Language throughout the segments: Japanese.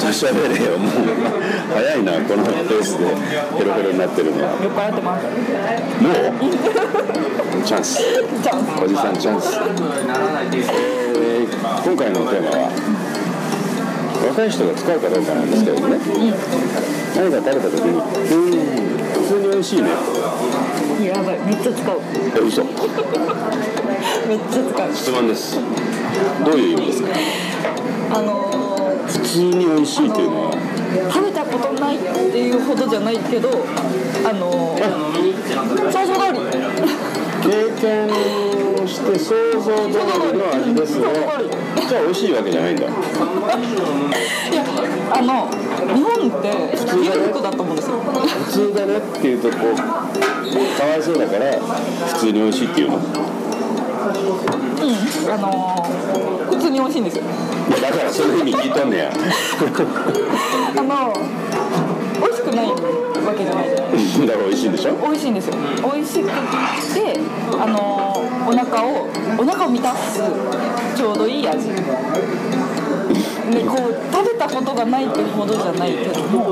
と喋れよ。もう早いな、このペースでヘロヘロになってるのは。 酔っ払ってます。 もうチャンス。おじさんチャンス。今回のテーマは若い人が使うかどうかなんですけどね、何か食べた時に普通に美味しいね。 やばい、めっちゃ使う。 嘘。 めっちゃ使う。 質問です。どういう意味ですか？普通に美味しいっていうのは、 食べたことないっていうほどじゃないけど、想像通り。 経験して想像通りの味ですが、じゃあ美味しいわけじゃないんだ。いや、日本って裕福だと思うんですよ。 普通だねっていうとこうかわいそうだから普通に美味しいっていうの。 普通に美味しいんですよ。 いや、だからそういうふうに聞いとんねや。 美味しくないわけじゃないじゃないですか。 だから美味しいんでしょ。 美味しいんですよ。美味しくて、お腹を満たすちょうどいい味で、こう食べたことがないってほどじゃないけども。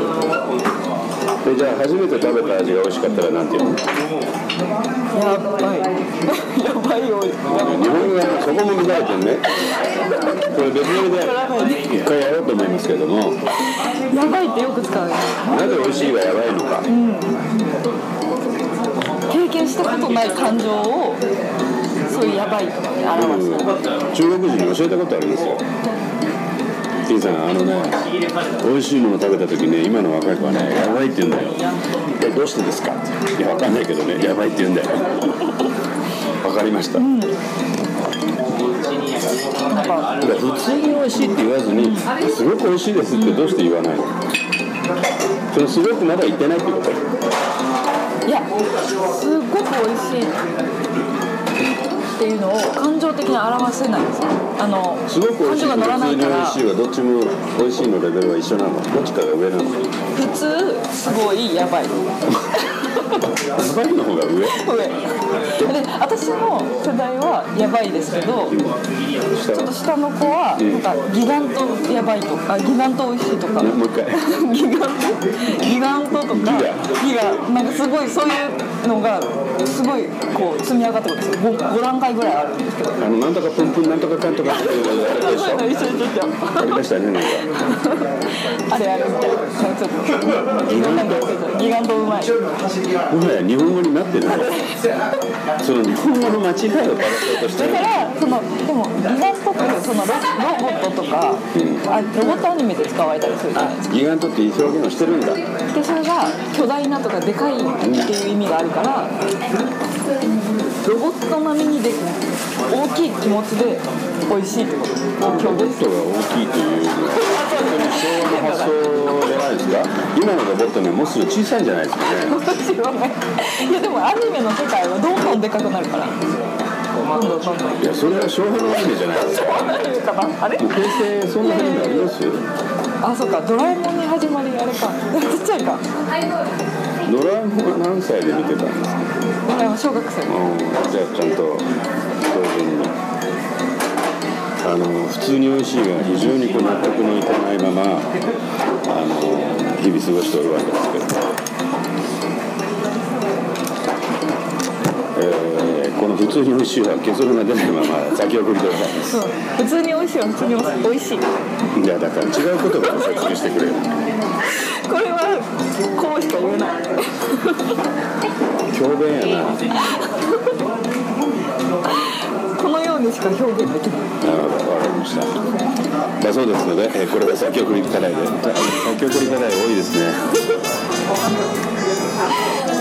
じゃあ初めて食べた味が美味しかったらなんていうの？ やばいやばいよ。 日本語はそこも乱れてるね。これ別ので一回やろうと思いますけども、 やばいってよく使う。 なぜ美味しいがやばいのか、 経験したことない感情をそういうやばいとかで表す。 中国人に教えたことありますよ。金さん、美味しいもの食べた時ね、今の若い子はね、やばいって言うんだよ。どうしてですか？いや、わかんないけどね、やばいって言うんだよ。わかりました。普通に美味しいって言わずに、すごく美味しいですってどうして言わないの？そのすごくまだ言ってないってこと？ いや、すごく美味しいっていうのを感情的に表せないんですよ。 すごく美味しいと普通に美味しいはどっちも美味しいのレベルは一緒なの？どっちかが上なの？ 普通、すごいやばい。 やばいの方が上？ で、私の世代はやばいですけど、ちょっと下の子はなんかギガントやばいとか、ギガント美味しいとか、 もう一回ギガントとかギガなんかすごいそういうのがすごいこう積み上がってくるんですよ。5段階ぐらいあるんですけど、 なんとかプンプンなんとかかんとかっていうのあれでしょ。ありましたね、なんかあれみたいな、ちょっといろんなギガントうまい。 もはや日本語になってる。その日本語の間違いを正そうとしてる。 だからでもギガントってそのロボットとか、ロボットアニメで使われたりするじゃないですか。 ギガントっていう表現をしてるんだ。 でそれが巨大なとかでかいっていう意味があるから、ロボット並みに大きい気持ちで美味しいってことを表現する。 ロボットが大きいという本当に昭和の発想じゃないですか。今のロボットね、もうすぐ小さいんじゃないですかね。 いやでもアニメの世界はどんどんでかくなるから。 いや、それは昭和のアニメじゃないですか。 あれ？ 平成そんなアニメあります？ あ、そうか、ドラえもんに始まりあれか。ちっちゃいか。 ドラえもんは何歳で見てたんですか？ ドラえもん小学生。 じゃあちゃんと標準に。普通に美味しいが非常に納得のいかないまま日々過ごしておるわけですけど、この普通に美味しいは結論が出ないまま先送りでございます。 普通に美味しいは普通に美味しい。 いや、だから違う言葉を説明してくれよ。 これはこうしか言えない。 強弁やな。 このようにしか表現できない。 なるほど、わかりました。だそうですので、これは先送り課題で、先送り課題多いですね。